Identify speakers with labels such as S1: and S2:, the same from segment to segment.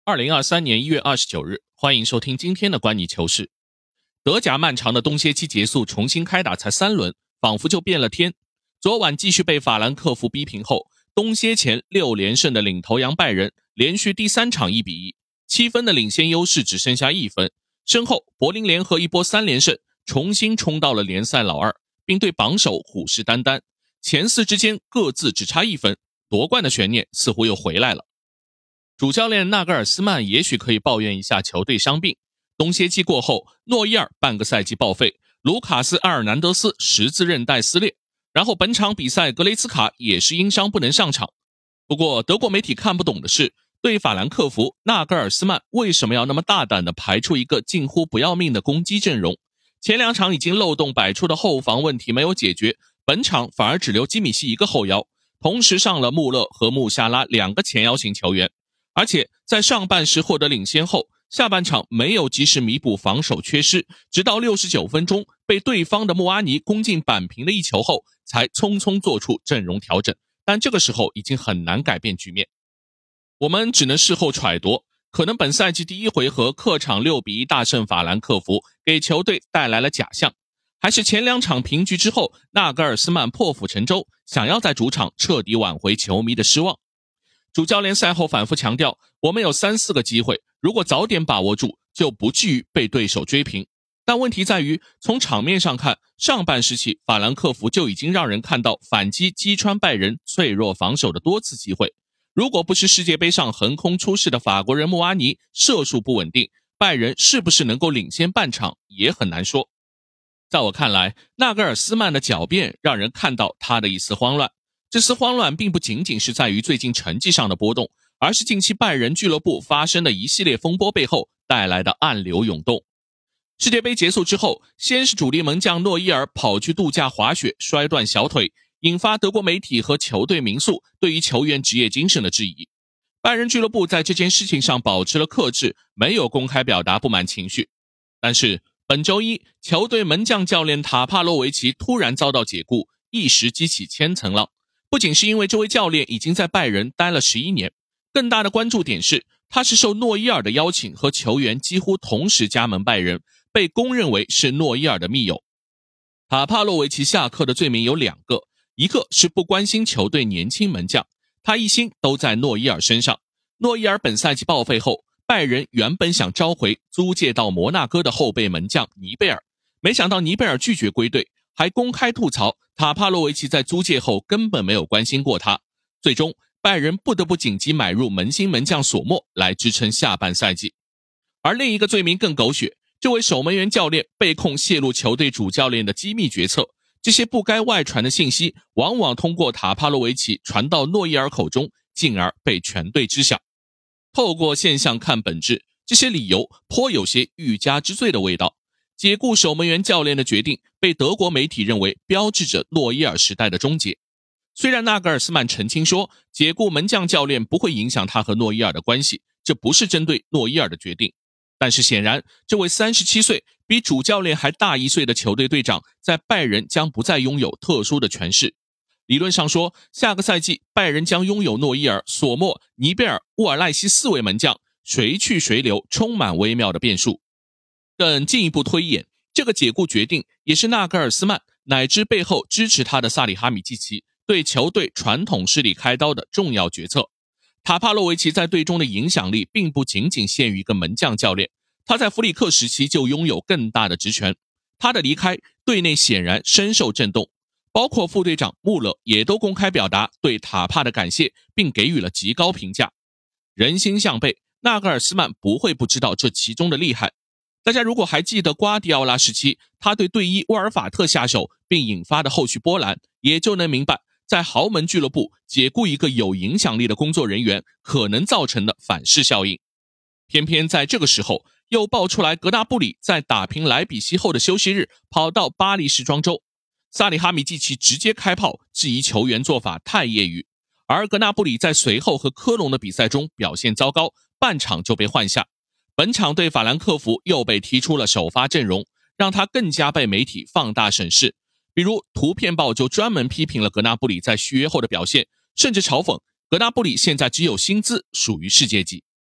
S1: 2023年1月29日，欢迎收听今天的观你球事。德甲漫长的冬歇期结束，重新开打才3轮，仿佛就变了天。昨晚继续被法兰克福逼平后，冬歇前6连胜的领头羊拜仁连续第3场1-1，7分的领先优势只剩下1分。身后柏林联合一波3连胜，重新冲到了联赛老二，并对榜首虎视眈眈。前4之间各自只差1分，夺冠的悬念似乎又回来了。主教练纳格尔斯曼也许可以抱怨一下球队伤病。冬歇期过后，诺伊尔半个赛季报废，卢卡斯·阿尔南德斯十字韧带撕裂，然后本场比赛格雷茨卡也是因伤不能上场。不过德国媒体看不懂的是，对法兰克福，纳格尔斯曼为什么要那么大胆地排出一个近乎不要命的攻击阵容？前2场已经漏洞百出的后防问题没有解决，本场反而只留基米希一个后腰，同时上了穆勒和穆夏拉2个前腰型球员。而且在上半时获得领先后，下半场没有及时弥补防守缺失，直到69分钟被对方的穆阿尼攻进扳平的一球后，才匆匆做出阵容调整，但这个时候已经很难改变局面。我们只能事后揣度，可能本赛季第1回合客场6-1大胜法兰克福给球队带来了假象，还是前2场平局之后，纳格尔斯曼破釜沉舟，想要在主场彻底挽回球迷的失望。主教练赛后反复强调，我们有3-4个机会，如果早点把握住，就不至于被对手追平。但问题在于，从场面上看，上半时期法兰克福就已经让人看到反击击穿拜仁脆弱防守的多次机会。如果不是世界杯上横空出世的法国人穆阿尼射术不稳定，拜仁是不是能够领先半场也很难说。在我看来，纳格尔斯曼的狡辩让人看到他的一丝慌乱。这丝慌乱并不仅仅是在于最近成绩上的波动，而是近期拜仁俱乐部发生的一系列风波背后带来的暗流涌动。世界杯结束之后，先是主力门将诺伊尔跑去度假滑雪摔断小腿，引发德国媒体和球队民宿对于球员职业精神的质疑。拜仁俱乐部在这件事情上保持了克制，没有公开表达不满情绪。但是本周一，球队门将教练塔帕洛维奇突然遭到解雇，一时激起千层浪。不仅是因为这位教练已经在拜仁待了11年，更大的关注点是，他是受诺伊尔的邀请和球员几乎同时加盟拜仁，被公认为是诺伊尔的密友。塔帕洛维奇下课的罪名有2个，一个是不关心球队年轻门将，他一心都在诺伊尔身上。诺伊尔本赛季报废后，拜仁原本想召回租借到摩纳哥的后备门将尼贝尔，没想到尼贝尔拒绝归队，还公开吐槽塔帕洛维奇在租借后根本没有关心过他。最终拜仁不得不紧急买入门新门将索莫来支撑下半赛季。而另一个罪名更狗血，这位守门员教练被控泄露球队主教练的机密决策，这些不该外传的信息往往通过塔帕洛维奇传到诺伊尔口中，进而被全队知晓。透过现象看本质，这些理由颇有些欲加之罪的味道。解雇守门员教练的决定被德国媒体认为标志着诺伊尔时代的终结。虽然纳格尔斯曼澄清说，解雇门将教练不会影响他和诺伊尔的关系，这不是针对诺伊尔的决定。但是显然，这位37岁比主教练还大1岁的球队队长在拜仁将不再拥有特殊的权势。理论上说，下个赛季拜仁将拥有诺伊尔、索莫、尼贝尔、乌尔赖希4位门将，谁去谁留，充满微妙的变数。更进一步推演，这个解雇决定也是纳格尔斯曼乃至背后支持他的萨里哈米季奇对球队传统势力开刀的重要决策。塔帕洛维奇在队中的影响力并不仅仅限于一个门将教练，他在弗里克时期就拥有更大的职权。他的离开，队内显然深受震动，包括副队长穆勒也都公开表达对塔帕的感谢，并给予了极高评价。人心向背，纳格尔斯曼不会不知道这其中的厉害。大家如果还记得瓜迪奥拉时期他对队医沃尔法特下手并引发的后续波澜，也就能明白在豪门俱乐部解雇一个有影响力的工作人员可能造成的反噬效应。偏偏在这个时候又爆出来格纳布里在打平莱比锡后的休息日跑到巴黎时装周，萨里哈米季奇直接开炮质疑球员做法太业余，而格纳布里在随后和科隆的比赛中表现糟糕，半场就被换下。本场对法兰克福又被踢出了首发阵容，让他更加被媒体放大审视。比如图片报就专门批评了格纳布里在续约后的表现，甚至嘲讽格纳布里现在只有薪资属于世界级。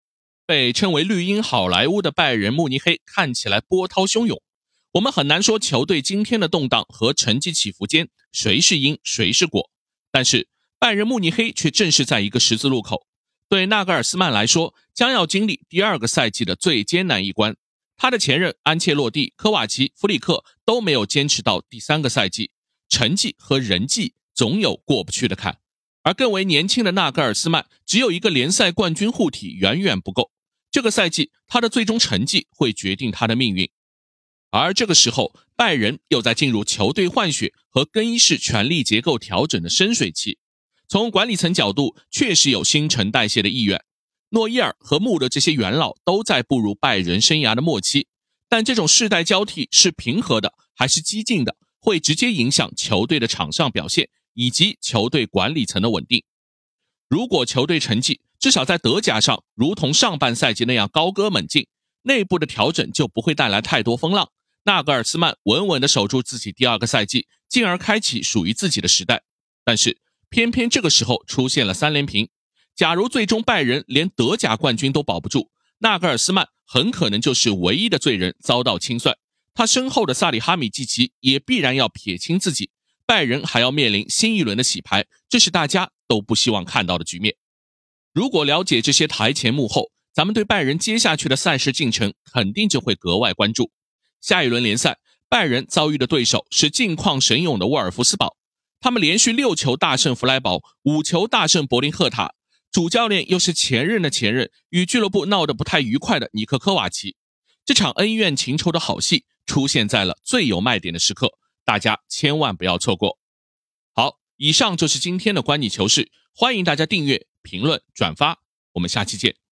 S1: 被称为绿茵好莱坞的拜仁慕尼黑看起来波涛汹涌。我们很难说球队今天的动荡和成绩起伏间谁是因谁是果，但是拜仁慕尼黑却正是在一个十字路口。对纳格尔斯曼来说，将要经历第2个赛季的最艰难一关。他的前任安切洛蒂、科瓦奇、弗里克都没有坚持到第3个赛季，成绩和人际总有过不去的坎。而更为年轻的纳格尔斯曼只有一个联赛冠军护体远远不够，这个赛季他的最终成绩会决定他的命运。而这个时候，拜仁又在进入球队换血和更衣室权力结构调整的深水期。从管理层角度，确实有新陈代谢的意愿。诺伊尔和穆勒这些元老都在步入拜仁生涯的末期，但这种世代交替是平和的还是激进的，会直接影响球队的场上表现以及球队管理层的稳定。如果球队成绩至少在德甲上如同上半赛季那样高歌猛进，内部的调整就不会带来太多风浪。纳格尔斯曼稳稳地守住自己第2个赛季，进而开启属于自己的时代。但是偏偏这个时候出现了3连平，假如最终拜仁连德甲冠军都保不住，纳格尔斯曼很可能就是唯一的罪人，遭到清算。他身后的萨里哈米季奇也必然要撇清自己，拜仁还要面临新一轮的洗牌，这是大家都不希望看到的局面。如果了解这些台前幕后，咱们对拜仁接下去的赛事进程肯定就会格外关注。下一轮联赛，拜仁遭遇的对手是近况神勇的沃尔夫斯堡，他们连续6球大胜弗莱堡，5球大胜柏林赫塔，主教练又是前任的前任，与俱乐部闹得不太愉快的尼克科瓦奇。这场恩怨情仇的好戏出现在了最有卖点的时刻，大家千万不要错过。好，以上就是今天的观你球事，欢迎大家订阅、评论、转发，我们下期见。